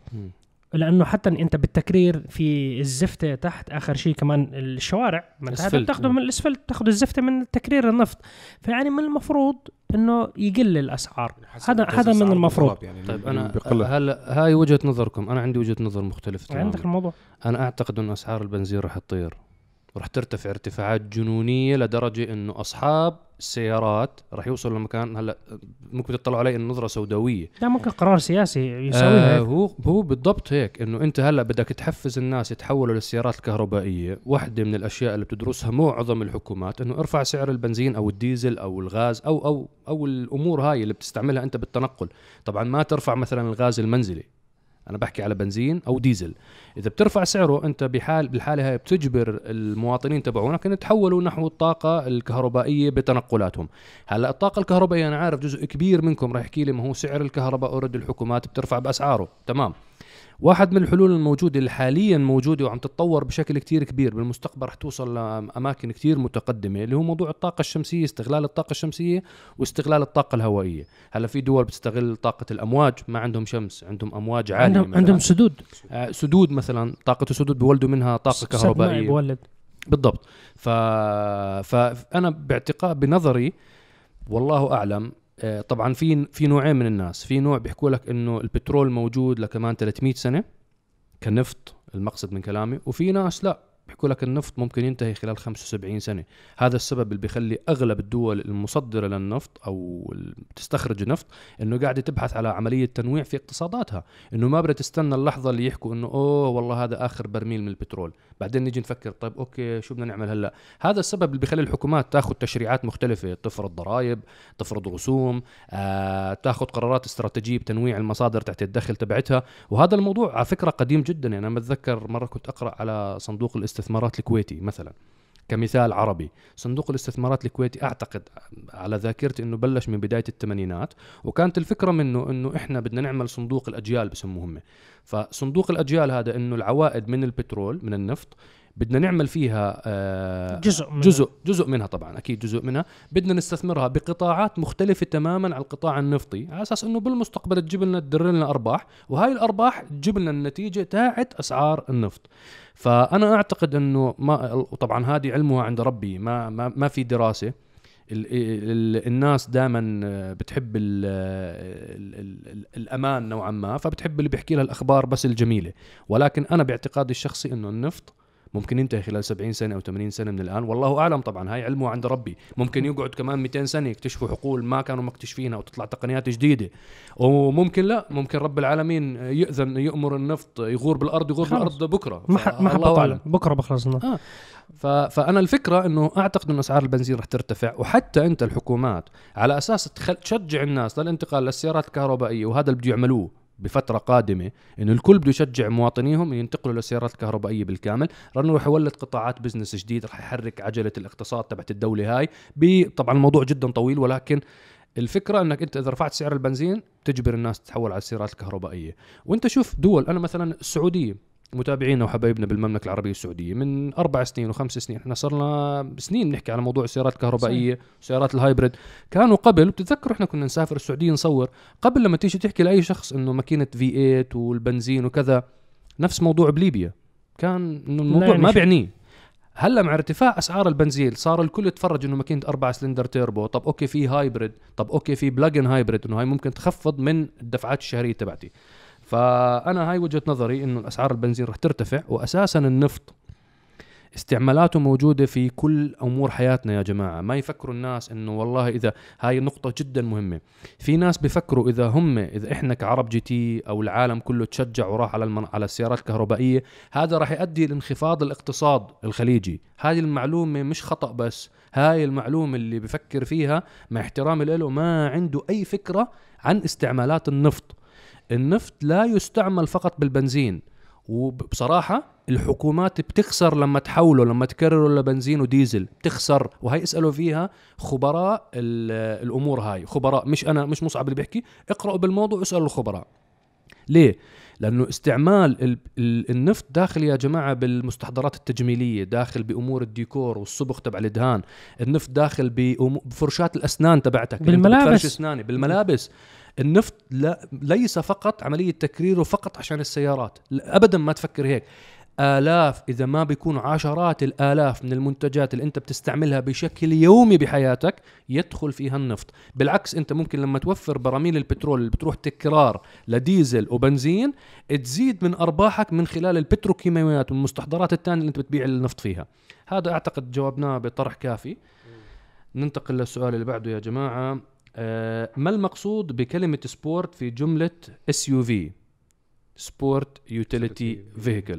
لأنه حتى أنت بالتكرير في الزفتة تحت آخر شيء كمان الشوارع ما أنت بتاخده من الأسفل، تاخد الزفتة من تكرير النفط. فيعني من المفروض إنه يقل الأسعار، هذا هذا من المفروض يعني. طيب أنا هل هاي وجهة نظركم، أنا عندي وجهة نظر مختلفة. عندك الموضوع. أنا أعتقد أن أسعار البنزين راح تطير ورح ترتفع ارتفاعات جنونية لدرجة انه اصحاب السيارات رح يوصلوا لمكان هلا ممكن تطلعوا عليه النظرة سوداوية. ده ممكن قرار سياسي يسويها. آه هو هو بالضبط هيك، انه انت هلا بدك تحفز الناس يتحولوا للسيارات الكهربائية. واحدة من الاشياء اللي بتدرسها معظم الحكومات انه ارفع سعر البنزين او الديزل او الغاز او او او الامور هاي اللي بتستعملها انت بالتنقل. طبعا ما ترفع مثلا الغاز المنزلي، انا بحكي على بنزين او ديزل. اذا بترفع سعره انت بحال بالحاله هاي بتجبر المواطنين تبعونك ان يتحولوا نحو الطاقه الكهربائيه بتنقلاتهم. هلا الطاقه الكهربائيه انا عارف جزء كبير منكم راح يحكي لي ما هو سعر الكهرباء اوريدي الحكومات بترفع باسعاره، تمام. واحد من الحلول الموجودة اللي حاليا موجودة وعم تتطور بشكل كتير كبير، بالمستقبل رح توصل لأماكن كتير متقدمة، اللي هو موضوع الطاقة الشمسية، استغلال الطاقة الشمسية واستغلال الطاقة الهوائية. هلا في دول بتستغل طاقة الأمواج، ما عندهم شمس، عندهم أمواج عالية، عندهم, عندهم سدود آه سدود مثلا، طاقة السدود بيولدوا منها طاقة كهربائية بولد. بالضبط. ف... فأنا باعتقاد بنظري والله أعلم، طبعا في في نوعين من الناس. في نوع بيحكوا لك انه البترول موجود لكمان ثلاثمية سنة كنفط، المقصد من كلامي. وفي ناس لا، بيحكوا لك النفط ممكن ينتهي خلال خمسة وسبعين سنة. هذا السبب اللي بيخلي اغلب الدول المصدرة للنفط او بتستخرج نفط انه قاعدة تبحث على عملية تنويع في اقتصاداتها، انه ما بدها تستنى اللحظة اللي يحكوا انه اوه والله هذا اخر برميل من البترول بعدين نيجي نفكر طيب اوكي شو بدنا نعمل هلا. هذا السبب اللي بيخلي الحكومات تاخذ تشريعات مختلفة، تفرض ضرائب، تفرض رسوم، آه، تاخذ قرارات استراتيجية بتنويع المصادر تحت الدخل تبعتها. وهذا الموضوع على فكرة قديم جدا. يعني انا بتذكر مرة كنت اقرأ على صندوق الاستثمارات الكويتي مثلا كمثال عربي. صندوق الاستثمارات الكويتي اعتقد على ذاكرتي انه بلش من بداية الثمانينات، وكانت الفكرة منه انه احنا بدنا نعمل صندوق الاجيال بسموهم. فصندوق الاجيال هذا انه العوائد من البترول من النفط بدنا نعمل فيها آه جزء منها. جزء جزء منها طبعا اكيد جزء منها بدنا نستثمرها بقطاعات مختلفة تماما عن القطاع النفطي، على اساس انه بالمستقبل تجيب لنا تدر لنا ارباح، وهاي الارباح تجيب لنا النتيجة تاعت اسعار النفط. فانا اعتقد انه ما طبعا هذه علمها عند ربي، ما ما, ما في دراسة. ال ال الناس دائما بتحب ال ال ال الأمان نوعا ما، فبتحب اللي بيحكي لها الأخبار بس الجميلة. ولكن أنا باعتقادي الشخصي إنه النفط ممكن ينتهي خلال سبعين سنة أو ثمانين سنة من الآن، والله أعلم. طبعا هاي علمه عند ربي، ممكن يقعد كمان مئتين سنة يكتشفوا حقول ما كانوا مكتشفينها وتطلع تقنيات جديدة، وممكن لا، ممكن رب العالمين يأذن يأمر النفط يغور بالأرض يغور خلص. بالأرض بكرة، ما الله أعلم بكرة بخلصنا. آه. فأنا الفكرة إنه أعتقد إنه أسعار البنزين رح ترتفع، وحتى أنت الحكومات على أساس تخل... تشجع الناس للانتقال للسيارات الكهربائية، وهذا اللي بده يعملوه بفترة قادمة، إنه الكل بده يشجع مواطنيهم ينتقلوا للسيارات الكهربائية بالكامل، لأنه رح يولد قطاعات بزنس جديد، رح يحرك عجلة الاقتصاد تبعت الدولة هاي. طبعا الموضوع جدا طويل، ولكن الفكرة انك انت اذا رفعت سعر البنزين تجبر الناس تتحول على السيارات الكهربائية. وانت شوف دول، انا مثلا السعودية، متابعينا وحبايبنا بالمملكة العربية السعودية من أربع سنين وخمس سنين، احنا صرنا سنين نحكي على موضوع السيارات الكهربائية وسيارات الهايبريد. كانوا قبل، بتتذكروا احنا كنا نسافر السعودية نصور، قبل لما تيجي تحكي لأي شخص انه ماكينة في ثمانية والبنزين وكذا، نفس موضوع بليبيا كان انه الموضوع ما بيعنيه. هلا مع ارتفاع اسعار البنزين صار الكل يتفرج انه ماكينة أربعة سلندر تيربو، طب اوكي في هايبريد، طب اوكي في بلاجن هايبريد، انه هاي ممكن تخفض من الدفعات الشهرية تبعتي. فأنا هاي وجهة نظري إنه الأسعار البنزين رح ترتفع. وأساساً النفط استعمالاته موجودة في كل أمور حياتنا يا جماعة. ما يفكروا الناس إنه والله إذا هاي النقطة جدا مهمة. في ناس بيفكروا إذا هم إذا إحنا كعرب جي تي أو العالم كله تشجع وراح على المن... على السيارات الكهربائية، هذا رح يؤدي لانخفاض الاقتصاد الخليجي. هذه المعلومة مش خطأ، بس هاي المعلومة اللي بفكر فيها مع احترامي له ما عنده أي فكرة عن استعمالات النفط. النفط لا يستعمل فقط بالبنزين، وبصراحة الحكومات بتخسر لما تحوله، لما تكرروا لبنزين وديزل بتخسر. وهي اسألوا فيها خبراء الأمور، هاي خبراء مش أنا مش مصعب اللي بيحكي، اقرأوا بالموضوع اسألوا الخبراء. ليه؟ لأنه استعمال النفط داخل يا جماعة بالمستحضرات التجميلية، داخل بأمور الديكور والصبغ تبع الدهان. النفط داخل بفرشات الأسنان تبعتك، بالملابس، أسناني بالملابس. النفط لا ليس فقط عملية تكريره فقط عشان السيارات، أبدا ما تفكر هيك. آلاف إذا ما بيكون عشرات الآلاف من المنتجات اللي أنت بتستعملها بشكل يومي بحياتك يدخل فيها النفط. بالعكس أنت ممكن لما توفر براميل البترول اللي بتروح تكرار لديزل وبنزين تزيد من أرباحك من خلال البتروكيماويات والمستحضرات الثانية اللي أنت بتبيع النفط فيها. هذا أعتقد جاوبناه بطرح كافي. ننتقل للسؤال اللي بعده يا جماعة. آه ما المقصود بكلمة سبورت في جملة إس يو في سبورت يوتيليتي فيهيكل؟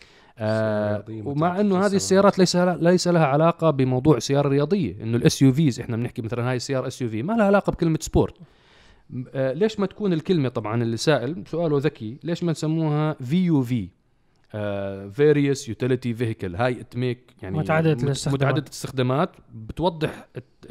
آه ومع انه هذه السيارات ليس ليس لها علاقه بموضوع سياره رياضيه، انه الاس يو فيز احنا بنحكي مثلا هاي السياره اس يو في ما لها علاقه بكلمه سبورت. آه ليش ما تكون الكلمه، طبعا اللي سائل سؤاله ذكي، ليش ما نسموها في يو في فيريوس يوتيليتي فيهيكل؟ هاي تميك يعني متعدده الاستخدامات متعدده الاستخدامات بتوضح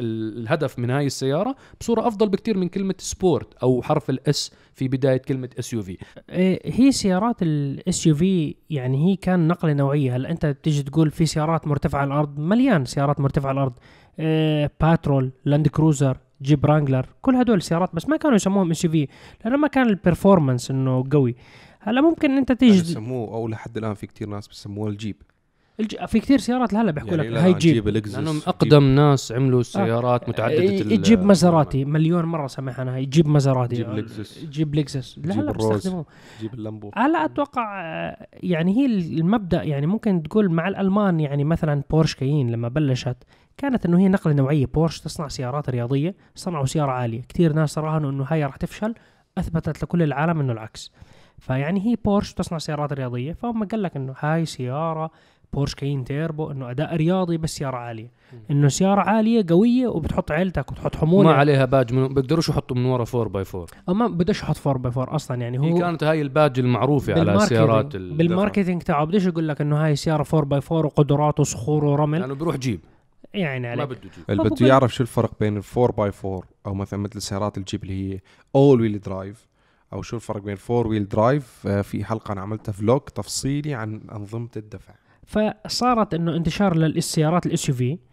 الهدف من هاي السياره بصوره افضل بكتير من كلمه سبورت او حرف الاس في بدايه كلمه اس يو في. هي سيارات الاس يو في يعني هي كان نقله نوعيه. هلا انت بتيجي تقول في سيارات مرتفعه على الارض، مليان سيارات مرتفعه على الارض، إيه باترول، لاند كروزر، جيب رانجلر، كل هدول السيارات بس ما كانوا يسموهم اس يو في لانه ما كان البرفورمانس انه قوي. هلا ممكن انت تيجي يسموه او لحد الان في كتير ناس بيسموه الجيب. الج... في كتير سيارات هلا بيحكوا يعني لك هاي جيب لانهم اقدم ناس عملوا سيارات آه. متعدده. جيب مازراتي مليون مره سمعنا انا هاي جيب مازراتي، جيب لكزس، جيب لكزس لا لا بيستخدموه، جيب اللامبو. هلا اتوقع يعني هي المبدا يعني ممكن تقول مع الالمان يعني مثلا بورش كاين لما بلشت كانت انه هي نقله نوعيه. بورش تصنع سيارات رياضيه، صنعوا سياره عاليه، كتير ناس راهنوا انه هاي راح تفشل، اثبتت لكل العالم انه العكس. فيعني هي بورش تصنع سيارات رياضيه، فهم قال لك انه هاي سياره بورش كاين تيربو انه اداء رياضي بس سياره عاليه، انه سياره عاليه قويه وبتحط عيلتك وتحط حموله ما عليها باج، من بيقدروش يحطوا من ورا فور باي فور او ما بدش يحط فور باي فور اصلا. يعني هو هي كانت هاي الباج المعروفه على السيارات بالماركتينج تاعه، بدش يقول لك انه هاي سياره فور باي فور وقدرات وصخور ورمل، لانه بيروح جيب يعني عليك. ما بده جيب. اللي بده يعرف شو الفرق بين الفور باي فور او مثلا مثل السيارات الجيب اللي هي اول ويل درايف، او شو الفرق بين فور ويل درايف، في حلقه انا عملتها فلوج تفصيلي عن انظمه الدفع. فصارت انه انتشار للسيارات الاس يو في،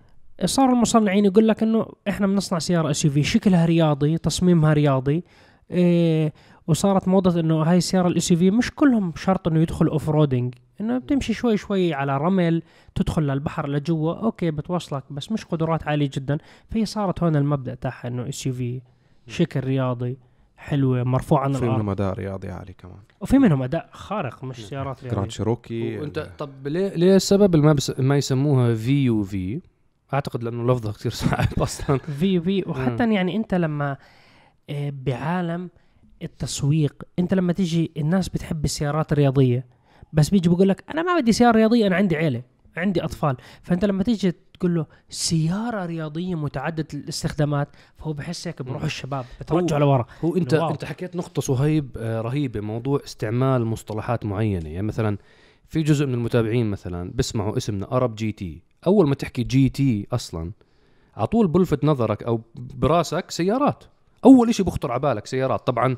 صار المصنعين يقول لك انه احنا بنصنع سياره اس يو في شكلها رياضي، تصميمها رياضي، إيه، وصارت موضه انه هاي السياره الاس يو في مش كلهم شرط انه يدخل اوف رودينج، انه بتمشي شوي شوي على رمل، تدخل للبحر لجوا اوكي بتوصلك، بس مش قدرات عاليه جدا. فهي صارت هون المبدا تاعها انه اس يو في شكل رياضي حلوه مرفوعه عن الارض، في منهم اداء رياضي عالي كمان، وفي منهم اداء خارق مش سيارات رياضيه. جراند شيروكي. وانت طب ليه ليه السبب اللي ما بس ما يسموها في يو في؟ اعتقد لانه لفظها كثير صعب اصلا في يو في. وحتى يعني انت لما بعالم التسويق، انت لما تيجي الناس بتحب السيارات الرياضيه، بس بيجي بقول لك انا ما بدي سياره رياضيه، انا عندي عيله، عندي اطفال. فانت لما تيجي تقول له سياره رياضيه متعدده الاستخدامات، فهو بحس هيك بروح الشباب بترجع لورا. هو انت انت حكيت نقطه صهيب رهيبه، موضوع استعمال مصطلحات معينه. يعني مثلا في جزء من المتابعين مثلا بسمعوا اسمنا أرب جي تي، اول ما تحكي جي تي اصلا على طول بلفت نظرك او براسك سيارات، اول اشي بخطر على بالك سيارات طبعا.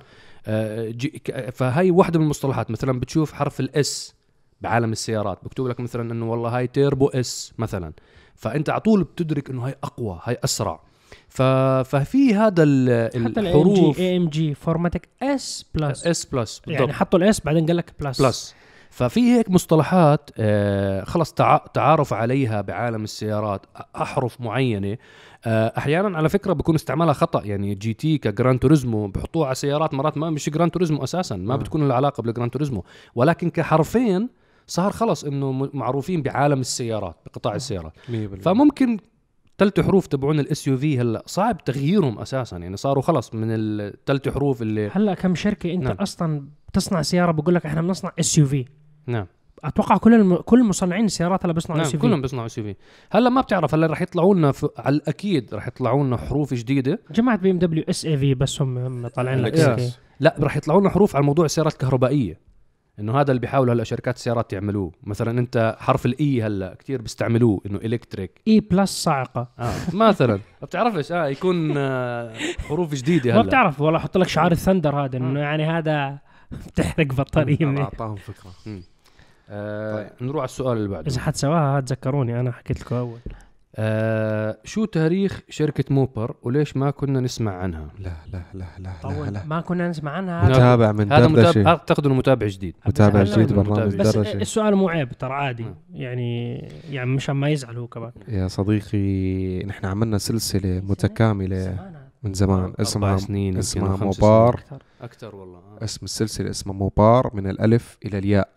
فهاي واحدة من المصطلحات. مثلا بتشوف حرف الاس بعالم السيارات بكتب لك مثلا انه والله هاي تيربو اس مثلا، فانت على طول بتدرك انه هاي اقوى، هاي اسرع. ففي هذا الحروف اي ام جي فورماتك اس بلس اس بلس يعني حطوا الاس بعدين قال لك بلس بلس. ففي هيك مصطلحات آه خلص تعارف عليها بعالم السيارات، احرف معينه. آه احيانا على فكره بيكون استعمالها خطا، يعني جي تي كجران توريزمو بحطوها على سيارات مرات ما مش جران توريزمو اساسا، ما بتكون لها علاقه بالجران توريزمو، ولكن كحرفين صار خلص انه معروفين بعالم السيارات بقطاع السيارات. فممكن ثلاث حروف تبعون الاس يو في هلا صعب تغييرهم اساسا، يعني صاروا خلص من الثلاث حروف اللي هلا كم شركه انت نعم. اصلا بتصنع سياره بقول لك احنا بنصنع اس يو في. نعم اتوقع كل الم... كل مصنعين السيارات اللي بيصنعوا نعم اس يو في كلهم بيصنعوا اس يو في. هلا ما بتعرف هلا رح يطلعوا لنا ف... على الاكيد رح يطلعوا لنا حروف جديده. جماعه بي ام دبليو اس اي في بس هم طالعين لك لا رح يطلعوا لنا حروف على موضوع السيارات الكهربائيه، انه هذا اللي بيحاولوا هلا شركات السيارات يعملوه. مثلا انت حرف الاي هلا كتير بيستعملوه انه الكتريك اي بلس صاعقه اه مثلا ما بتعرفش اه يكون آه حروف جديده هلا ما بتعرف والله احط لك شعار الثندر هذا انه يعني هذا بتحرق بطاريه. اعطاهم فكره. آه طيب. نروح على السؤال اللي بعده. اذا حد سواها تذكروني انا حكيت لكم اول. آه شو تاريخ شركة موبر وليش ما كنا نسمع عنها؟ لا لا لا لا, طول لا, لا. ما كنا نسمع عنها. متابع من هذا دردشة. متابع، اعتقد انه متابع جديد متابع بس جديد هلا- برنامج بس دردشة. السؤال مو عيب ترى عادي يعني يعني مش ما يزعل هو كمان. يا صديقي نحن عملنا سلسلة متكاملة زمانها. من زمان اسمها أربع سنين اسمها يمكن، خمس موبار. سنين. أكثر والله. آه. اسم السلسلة اسمها موبار من الألف إلى الياء.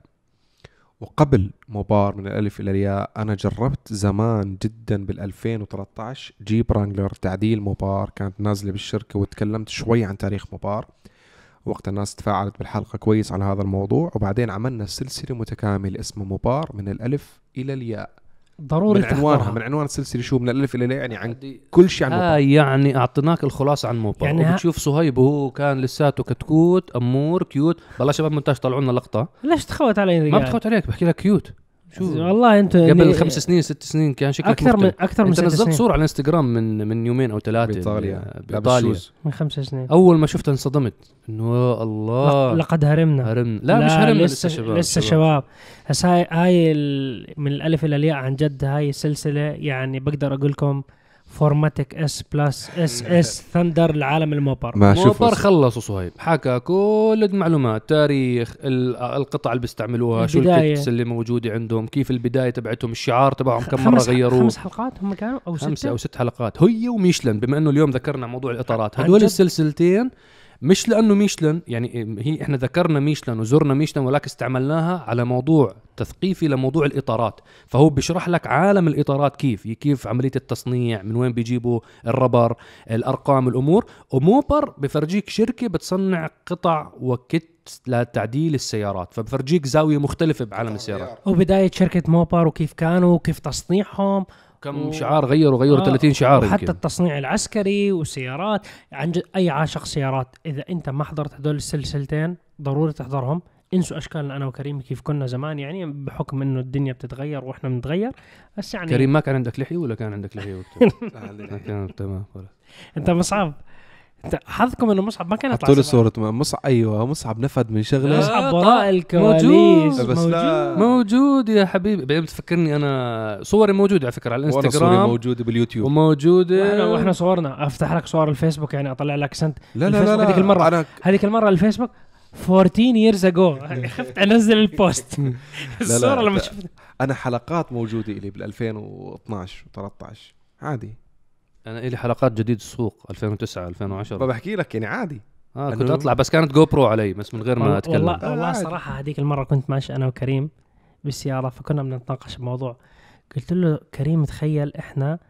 وقبل موبار من الألف إلى الياء أنا جربت زمان جدا بالألفين وثلاثة عشر جيب رانجلر تعديل موبار، كانت نازلة بالشركة وتكلمت شوي عن تاريخ موبار. وقت الناس تفاعلت بالحلقة كويس على هذا الموضوع، وبعدين عملنا سلسلة متكاملة اسمها موبار من الألف إلى الياء. ضروري من عنوانها تحضرها. من عنوان السلسلة شو من الألف إلى الياء يعني عن هذه- كل شيء عن موبار. هاي يعني اعطيناك الخلاصه عن موبار. يعني يعني ها- وبتشوف صهيب وهو كان لساته كتكوت امور كيوت. والله شباب مونتاج طلعوا لنا لقطه. ليش تخوت علي؟ ما بتخوت عليك، بحكي لك كيوت. شو والله انت قبل خمس سنين ست سنين كان شكلك اكثر من مختلف. اكثر من انت ست نزلت سنين. صوره على الانستغرام من من يومين او ثلاثه بإيطاليا. بايطاليا. من خمس سنين. اول ما شفتها انصدمت انه يا الله لقد هرمنا. هرمنا. لا, لا مش هرمنا لسه شباب لسه شباب. هسه هاي هاي ال... من الالف الى الياء عن جد هاي السلسله يعني بقدر اقول لكم فورماتيك اس بلس اس اس ثندر لعالم الموبر. ما موبر شوف خلصوا صهيب حكى كل المعلومات، تاريخ ال- القطع اللي بيستعملوها، شو البداية. الكتس اللي موجوده عندهم، كيف البدايه تبعتهم، الشعار تبعهم كم مره خمس غيروه. خمس حلقات هم كانوا او خمسة ستة أو ست حلقات هي وميشلن. بما أنه اليوم ذكرنا موضوع الإطارات، عن هدول جد؟ السلسلتين مش لأنه ميشلن يعني هي إحنا ذكرنا ميشلن وزرنا ميشلن، ولكن استعملناها على موضوع تثقيفي لموضوع الإطارات. فهو بيشرح لك عالم الإطارات كيف كيف عملية التصنيع، من وين بيجيبوا الربر، الأرقام، الأمور. وموبر بفرجيك شركة بتصنع قطع وكت لتعديل السيارات، فبفرجيك زاوية مختلفة بعالم السيارات. وبداية شركة موبر وكيف كانوا وكيف تصنيعهم كم و... شعار غيروا غيروا آه، ثلاثين شعار وحتى يمكن. التصنيع العسكري والسيارات. عن جد أي عاشق سيارات إذا أنت ما حضرت هدول السلسلتين ضروري تحضرهم. انسوا أشكالنا أنا وكريم كيف كنا زمان، يعني بحكم إنه الدنيا بتتغير وإحنا بنتغير. بس يعني كريم ما كان عندك لحية ولا كان عندك لحية وقتها؟ كان تمام. أنت مصعب، أنت حظكم إنه مصعب ما كان يطلع حطوا لي سبعة. صورة مصعب. أيوة مصعب نفد من شغله. لا. مصعب آه، وراء الكواليس موجود. بس لا. موجود يا حبيبي. بعدين بتفكرني أنا صوري موجودة على فكرة على وأنا صوري الانستغرام موجودة باليوتيوب. وموجودة. واحنا, واحنا صورنا افتح لك صور الفيسبوك يعني اطلع لك سنت لا لا لا, الفيسبوك لا. هذيك المرة. أنا هذيك المره الفيسبوك أربعتاشر years ago خفت انزل البوست الصوره لما شفت. أنا حلقات موجودة إلي بالألفين واثناشر وثلاثة عشر عادي. أنا إلي حلقات جديد السوق ألفين وتسعة ألفين وعشرة. بحكي لك يعني عادي. آه أنا- كنت أطلع بس كانت جو برو علي بس من غير ما أتكلم. والله آه، والله عادي. صراحه هذيك المره كنت ماشي انا وكريم بالسياره فكنا بنتناقش بموضوع. قلت له كريم تخيل احنا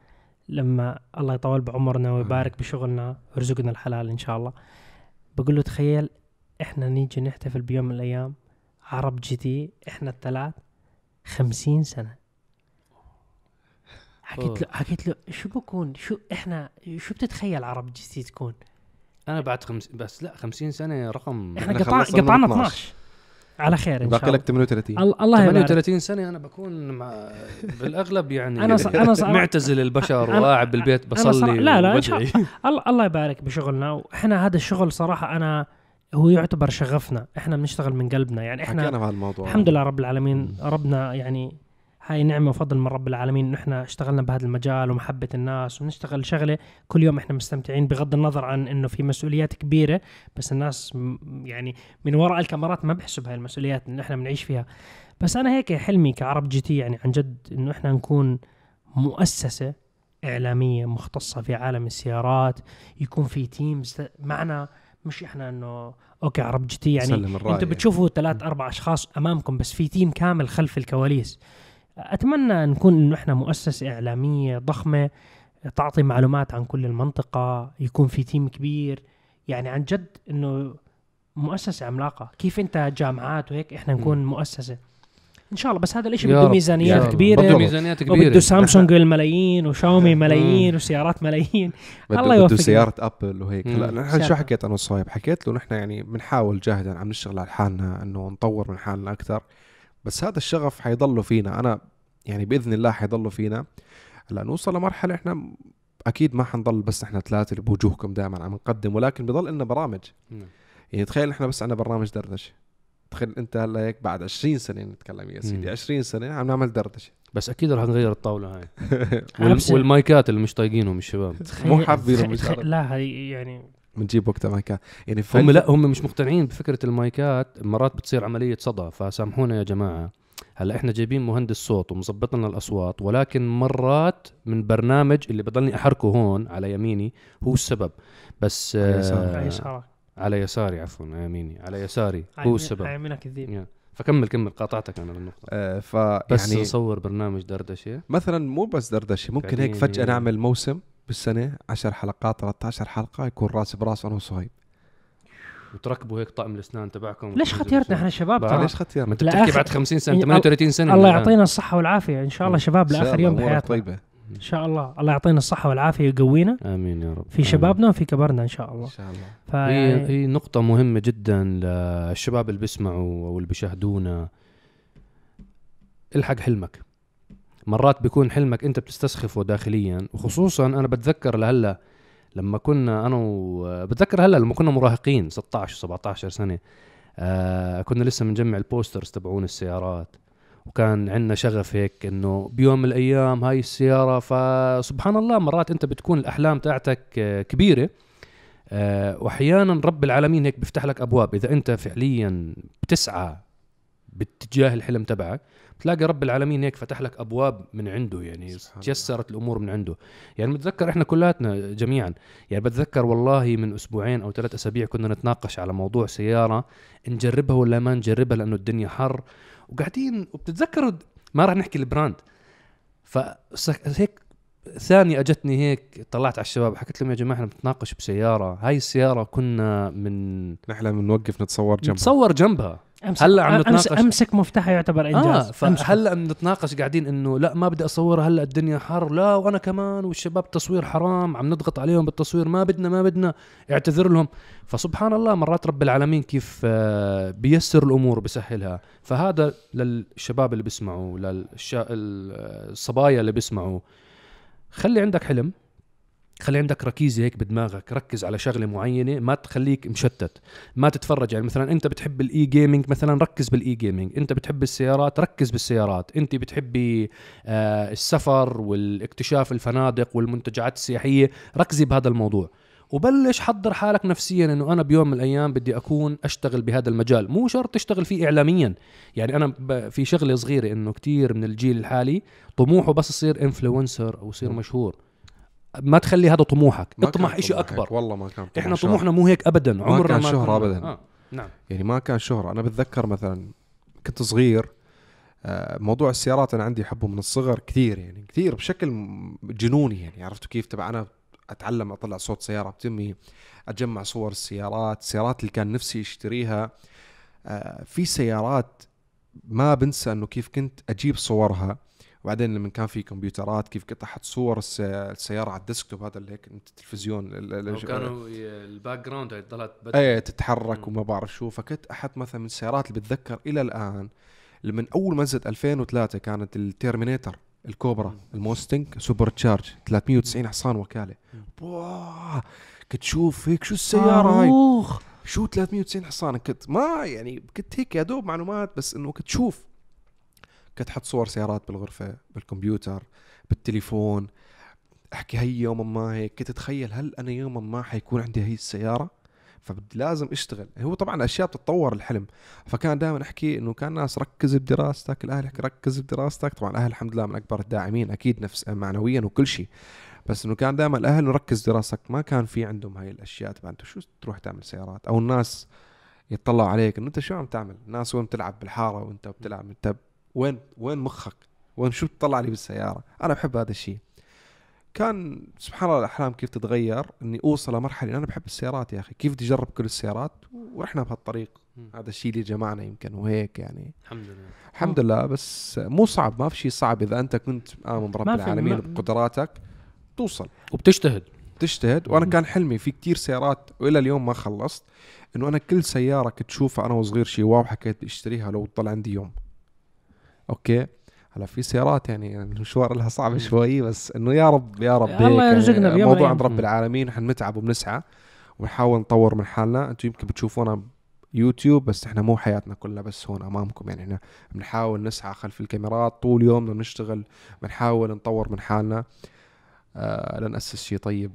لما الله يطول بعمرنا ويبارك بشغلنا ويرزقنا الحلال ان شاء الله، بقول له تخيل احنا نيجي نحتفل بيوم من الايام عرب جي تي احنا الثلاث خمسين سنه. حكيت له حكيت له شو بكون شو احنا شو بتتخيل عرب جي تي تكون؟ أنا بعد خمس بس لا خمسين سنة رقم. احنا إحنا قطع خلصنا قطعنا من اثناشر على خير ان شاء باقي الله. لك ثمانية وثلاثين. ال- الله ثمانية يبارك. وثلاثين سنة أنا بكون مع بالأغلب يعني أنا ص- أنا ص- معتزل البشر أنا- وقاعد بالبيت أنا صراحة- بصلي. لا لا إن شاء وبدعي. الله الله يبارك بشغلنا. وإحنا هذا الشغل صراحة أنا هو يعتبر شغفنا، إحنا بنشتغل من قلبنا يعني إحنا حكينا بهذا الموضوع. الحمد لله رب العالمين. ربنا يعني هاي نعمة وفضل من رب العالمين إنه إحنا اشتغلنا بهذا المجال ومحبة الناس ونشتغل شغلة كل يوم إحنا مستمتعين، بغض النظر عن إنه في مسؤوليات كبيرة بس الناس م- يعني من وراء الكاميرات ما بحسوا بهاي المسؤوليات إنه إحنا بنعيش فيها. بس أنا هيك حلمي كعرب جي تي يعني عن جد إنه إحنا نكون مؤسسة إعلامية مختصة في عالم السيارات، يكون في تيمز معنا، مش إحنا إنه أوكي عرب جي تي يعني أنتوا بتشوفوا ثلاث أربع أشخاص أمامكم بس في تيم كامل خلف الكواليس. أتمنى نكون إنه إحنا مؤسسة إعلامية ضخمة تعطي معلومات عن كل المنطقة، يكون في تيم كبير يعني عن جد إنه مؤسسة عملاقة. كيف أنت جامعات وهيك إحنا نكون مؤسسة إن شاء الله. بس هذا الإشي يا بده رب. ميزانيات يا كبيرة، بده ميزانيات كبيرة، وبده سامسونج الملايين وشاومي ملايين وسيارات ملايين. الله بده يوفقنا. سيارة أبل وهيك. مم. هلا نحن شو سيارة. حكيت أنا وصايب؟ حكيت له نحن يعني بنحاول جاهدا عم نشتغل على حالنا إنه نطور من حالنا أكثر، بس هذا الشغف حيضله فينا. أنا يعني بإذن الله حيضله فينا. هلا نوصل لمرحلة إحنا أكيد ما حنضل بس إحنا ثلاثة اللي بوجوهكم دائما عم نقدم، ولكن بضل لنا برامج. نعم. يعني تخيل إحنا بس عنا برنامج دردشة. تخيل أنت هلا هيك بعد عشرين سنة نتكلم يا سيدي، مم. عشرين سنة عم نعمل دردشة. بس اكيد راح نغير الطاوله هاي وال... والمايكات اللي مش طايقينهم الشباب مو حابينهم مش لا هاي يعني بنجيب وقتها مايكات يعني هم لا هم مش مقتنعين بفكره المايكات. مرات بتصير عمليه صدى، فسامحونا يا جماعه. هلا احنا جايبين مهندس صوت ومظبط لنا الاصوات، ولكن مرات من برنامج اللي بضلني احركه هون على يميني هو السبب. بس على يساري على يساري عفوا على يميني على يساري هو السبب. على يمينك الذيب. فكمل كمل قاطعتك انا للنقطه. آه فيعني بس نصور برنامج دردشه مثلا، مو بس دردشه، ممكن هيك فجاه نعمل موسم بالسنه عشر حلقات ثلاثة عشر حلقه يكون راس براس انا وصهيب، وتركبوا هيك طقم الاسنان تبعكم. ليش ختيرنا احنا شباب؟ ليش ختيرنا؟ ما انت بتحكي بعد خمسين سنه ثمانية وثلاثين سنه. الله يعطينا الصحه والعافيه ان شاء الله شباب لاخر يوم بحياتنا طيبه ان شاء الله. الله يعطينا الصحه والعافيه ويقوينا امين يا رب في شبابنا وفي كبرنا ان شاء الله. ان شاء الله. هي هي نقطه مهمه جدا للشباب اللي بيسمعوا او اللي بيشاهدونا. الحق حلمك. مرات بيكون حلمك انت بتستسخفه داخليا، وخصوصا انا بتذكر لهلا لما كنا انا و... بتذكر هلا لما كنا مراهقين ستة عشر سبعة عشر سنه، آه كنا لسه بنجمع البوسترز تبعون السيارات، وكان عندنا شغف هيك انه بيوم من الايام هاي السياره. فسبحان الله مرات انت بتكون الاحلام تاعتك كبيره، أه واحيانا رب العالمين هيك بيفتح لك ابواب. اذا انت فعليا بتسعى باتجاه الحلم تبعك بتلاقي رب العالمين هيك فتح لك ابواب من عنده، يعني تيسرت الامور من عنده. يعني بتذكر احنا كلاتنا جميعا، يعني بتذكر والله من اسبوعين او ثلاث اسابيع كنا نتناقش على موضوع سياره نجربها ولا ما نجربها لانه الدنيا حر وقاعدين. وبتتذكروا ما راح نحكي البراند، فهيك ثانية اجتني هيك طلعت على الشباب حكيت لهم يا جماعه احنا بنتناقش بسياره، هاي السياره كنا من نحلم نوقف نتصور جنبها نتصور جنبها. أمسك هلا عم نتناقش امسك مفتاحها يعتبر انجاز. آه فهلا بنتناقش قاعدين انه لا ما بدي اصورها هلا الدنيا حر، لا وانا كمان والشباب التصوير حرام عم نضغط عليهم بالتصوير، ما بدنا ما بدنا اعتذر لهم. فسبحان الله مرات رب العالمين كيف بيسر الامور وبسهلها. فهذا للشباب اللي بيسمعوا، للصبايا اللي بيسمعوا، خلي عندك حلم، خلي عندك ركيزة هيك بدماغك، ركز على شغلة معينة، ما تخليك مشتت، ما تتفرج. يعني مثلا انت بتحب الاي جيمينج مثلا ركز بالاي جيمينج، انت بتحب السيارات ركز بالسيارات، انت بتحبي آه السفر والاكتشاف الفنادق والمنتجعات السياحية ركزي بهذا الموضوع، وبلش حضر حالك نفسيا انه انا بيوم من الايام بدي اكون اشتغل بهذا المجال. مو شرط تشتغل فيه اعلاميا، يعني انا في شغلة صغيرة انه كتير من الجيل الحالي طموحه بس يصير انفلونسر او يصير مشهور. ما تخلي هذا طموحك، اطمح إشي أكبر. والله ما كان إحنا طموحنا مو هيك أبدا، عمرنا ما كان شهرة أبدا. آه. نعم. يعني ما كان شهرة. أنا بتذكر مثلا كنت صغير، موضوع السيارات أنا عندي حبه من الصغر كثير، يعني كثير بشكل جنوني. يعني عرفتوا كيف؟ تبع أنا أتعلم أطلع صوت سيارة بتمي، أتجمع صور السيارات، السيارات اللي كان نفسي اشتريها. في سيارات ما بنسى أنه كيف كنت أجيب صورها، وبعدين لما كان في كمبيوترات كيف كنت احط صور السياره على الديسكتوب هذا اللي هيك التلفزيون كانوا الباك جراوند هي ضلت ايه تتحرك وما بعرف شو. فكنت احط مثلا من السيارات اللي بتذكر الى الان من اول ما نزلت ألفين وثلاثة كانت التيرمينيتر الكوبرا الموستنج سوبر تشارج ثلاثمية وتسعين حصان وكاله. واه كنت شوف هيك شو السياره هاي، شو ثلاثمية وتسعين حصان. كنت ما يعني كنت هيك يا دوب معلومات، بس انه كنت شوف، كنت حط صور سيارات بالغرفة بالكمبيوتر بالتليفون، احكي هي يوما ما هيك كنت اتخيل هل انا يوما ما حيكون عندي هي السيارة، فبدي لازم اشتغل. هو طبعا اشياء بتتطور الحلم. فكان دائما احكي انه كان ناس ركز بدراستك، الاهل يحكي ركز بدراستك. طبعا الاهل الحمد لله من اكبر الداعمين اكيد نفس معنويا وكل شيء، بس انه كان دائما الاهل نركز دراستك. ما كان في عندهم هاي الاشياء تبع انت شو تروح تعمل سيارات، او الناس يطلعوا عليك انه انت شو عم تعمل، الناس وين بتلعب بالحارة وانت بتلعب انت وين وين مخك، وين شو بتطلع لي بالسيارة. أنا بحب هذا الشيء. كان سبحان الله الأحلام كيف تتغير، إني أوصل لمرحلة أنا بحب السيارات يا أخي، كيف بدي أجرب كل السيارات، ورحنا بهالطريق. هذا الشيء اللي جمعنا يمكن وهيك يعني. الحمد لله الحمد لله. بس مو صعب، ما في شيء صعب إذا أنت كنت آمن برب العالمين وبقدراتك توصل وبتجتهد تجتهد. وأنا كان حلمي في كتير سيارات وإلى اليوم ما خلصت، إنه أنا كل سيارة كنت شوفها أنا وصغير شيء واو حكيت باشتريها لو طلع عندي يوم. اوكي هلا في سيارات يعني المشوار لها صعب شوي، بس انه يا رب يا رب الله يرزقنا بيوم موضوع عند رب العالمين. نحن نتعب وبنسعى ونحاول نطور من حالنا. انتم يمكن بتشوفونا يوتيوب، بس احنا مو حياتنا كلها بس هون امامكم. يعني احنا بنحاول نسعى خلف الكاميرات طول يومنا، بنشتغل، بنحاول نطور من حالنا آه لنأسس شيء طيب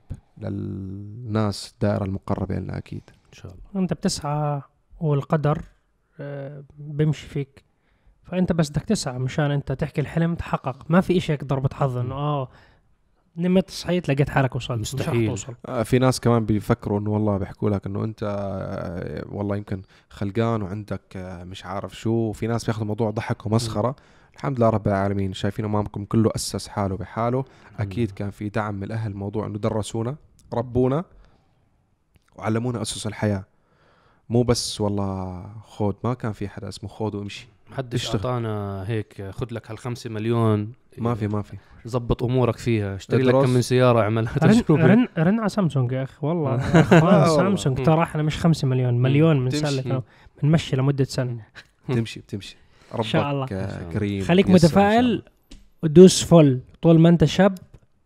للناس، الدائرة المقربة لنا أكيد إن شاء الله. أنت بتسعى والقدر آه بيمشي فيك، فأنت بس بدك تسعى مشان أنت تحكي الحلم تحقق. ما في إشي هيك ضربة حظ إنه آه نمت صحيت لقيت حالك وصلت، مستحيل. مش آه في ناس كمان بيفكروا إنه والله بيحكوا لك إنه أنت آه والله يمكن خلقان وعندك آه مش عارف شو. في ناس بياخذوا الموضوع ضحك ومسخرة. م. الحمد لله رب العالمين، شايفين أمامكم كله أسس حاله بحاله. أكيد كان في دعم من الأهل، موضوع إنه درسونا ربونا وعلمونا أسس الحياة، مو بس والله خود. ما كان في حدا اسمه خود وامشي. محدش اعطانا هيك خد لك هالخمسة مليون، ما في ما في زبط امورك فيها، اشتري لك كم من سياره، اعملها تجربه. رن رن على سامسونج يا اخ والله. سامسونج ترى احنا مش خمسة مليون، مليون من سنه بنمشي لمده سنه. تمشي بتمشي. ربك شاء الله. كريم. خليك متفائل ودوس فل طول ما انت شاب،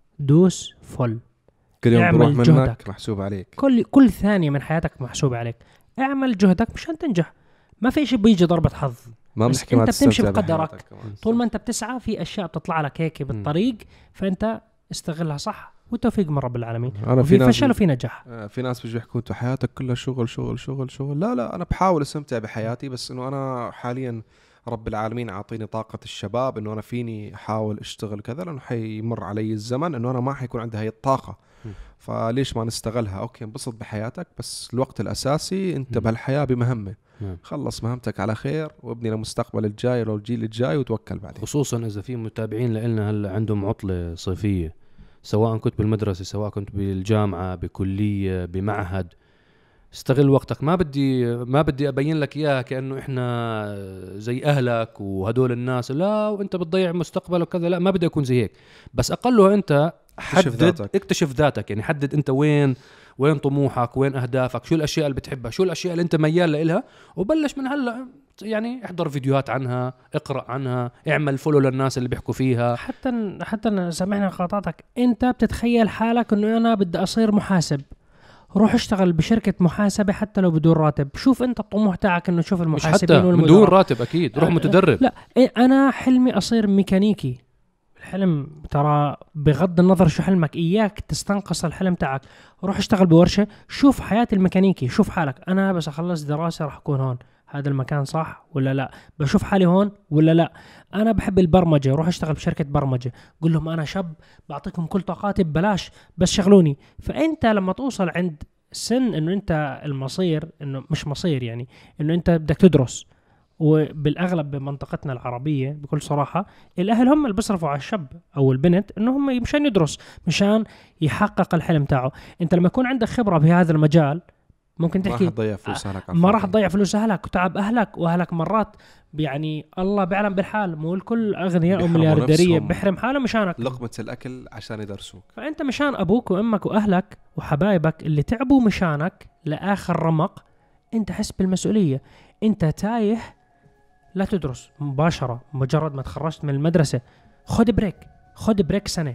دوس فل. كل يوم بروح منك جهدك. محسوب عليك. كل كل ثانيه من حياتك محسوب عليك. اعمل جهدك مشان تنجح. ما في شيء بيجي ضربة حظ. ما بس انت بتمشي بقدرك. طول ما انت بتسعى في اشياء بتطلع لك هيك بالطريق، فانت استغلها صح، والتوفيق من رب العالمين. وفي فشل وفي نجاح. في ناس بيجوا يحكوا انتوا حياتك كلها شغل شغل شغل شغل. لا لا، انا بحاول استمتع بحياتي، بس انه انا حاليا رب العالمين عاطيني طاقة الشباب انه انا فيني احاول اشتغل كذا، لانه حيمر علي الزمن انه انا ما حيكون عندي هاي الطاقة. فليش ما نستغلها؟ اوكي انبسط بحياتك، بس الوقت الاساسي انت بهالحياة بمهمة. خلص مهمتك على خير وابني لمستقبل الجاي لو الجيل الجاي وتوكل بعدين. خصوصا اذا في متابعين لنا هلا عندهم عطلة صيفية، سواء كنت بالمدرسة سواء كنت بالجامعة بكلية بمعهد، استغل وقتك. ما بدي ما بدي ابين لك اياها كانه احنا زي اهلك وهدول الناس لا وانت بتضيع مستقبل وكذا، لا ما بدي اكون زي هيك. بس اقله انت حدد ذاتك. اكتشف ذاتك، يعني حدد انت وين وين طموحك، وين اهدافك، شو الاشياء اللي بتحبها، شو الاشياء اللي انت ميال لها، وبلش من هلا. يعني احضر فيديوهات عنها، اقرا عنها، اعمل فولو للناس اللي بيحكوا فيها. حتى حتى سامحني قاطعتك، انت بتتخيل حالك انه انا بدي اصير محاسب، روح اشتغل بشركة محاسبة حتى لو بدون راتب. شوف انت الطموح تاعك انه شوف المحاسبين والمدراء من دون راتب اكيد. روح متدرب. لا انا حلمي اصير ميكانيكي. الحلم ترى بغض النظر شو حلمك، اياك تستنقص الحلم تاعك. روح اشتغل بورشة، شوف حياة الميكانيكي، شوف حالك انا بس اخلص دراسة راح اكون هون، هذا المكان صح ولا لا، بشوف حالي هون ولا لا. انا بحب البرمجة، روح اشتغل بشركة برمجة، قول لهم انا شاب بعطيكم كل طاقاتي ببلاش بس شغلوني. فانت لما توصل عند سن انه انت المصير، انه مش مصير يعني انه انت بدك تدرس، وبالاغلب بمنطقتنا العربيه بكل صراحه الاهل هم اللي بيصرفوا على الشاب او البنت انه هم مشان يدرس، مشان يحقق الحلم تاعه. انت لما يكون عندك خبره بهذا المجال ممكن تحكي ما راح تضيع فلوس اهلك، ما راح تضيع فلوس اهلك وتعب اهلك. واهلك مرات يعني الله بيعلم بالحال، مو الكل اغنياء ومليارديريه بحرم حاله مشانك لقمه الاكل عشان يدرسوك. فانت مشان ابوك وامك واهلك وحبايبك اللي تعبوا مشانك لاخر رمق، انت حس بالمسؤوليه. انت تايه، لا تدرس مباشرة مجرد ما تخرجت من المدرسة، خد بريك، خد بريك سنة،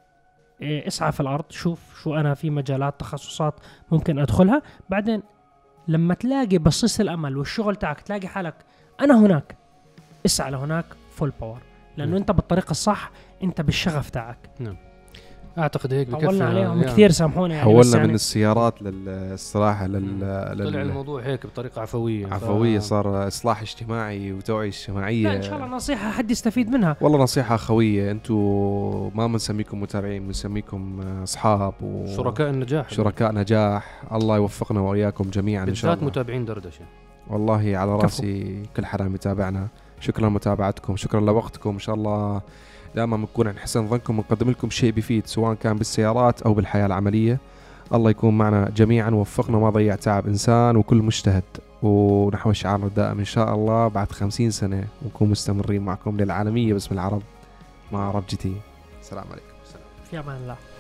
إيه اسعى في الأرض، شوف شو أنا في مجالات تخصصات ممكن أدخلها. بعدين لما تلاقي بصيص الأمل والشغل تاعك تلاقي حالك أنا هناك، اسعى لهناك فول باور، لأنه أنت بالطريقة الصح، أنت بالشغف تاعك. نعم. اعتقد هيك بكفي. طولنا عليهم يعني كثير، سامحوني يعني. حولنا يعني من السيارات للصراحه لل طلع الموضوع هيك بطريقه عفويه عفويه ف... صار اصلاح اجتماعي وتوعيه اجتماعيه. لا ان شاء الله نصيحه حد يستفيد منها. والله نصيحه خويه، انتم ما بنسميكم متابعين، بنسميكم اصحاب وشركاء النجاح. شركاء نجاح. الله يوفقنا واياكم جميعا ان شاء الله. بالذات متابعين دردشه. والله على راسي كل حدا متابعنا. شكرا لمتابعتكم، شكرا لوقتكم. ان شاء الله دائما بنكون عند حسن ظنكم، ونقدم لكم شيء بيفيد سواء كان بالسيارات أو بالحياة العملية. الله يكون معنا جميعا، ووفقنا ما ضيع تعب إنسان وكل مجتهد، ونحو شعارنا الدائم إن شاء الله بعد خمسين سنة ونكون مستمرين معكم للعالمية باسم العرب مع عرب جي تي. السلام عليكم. في أمان الله.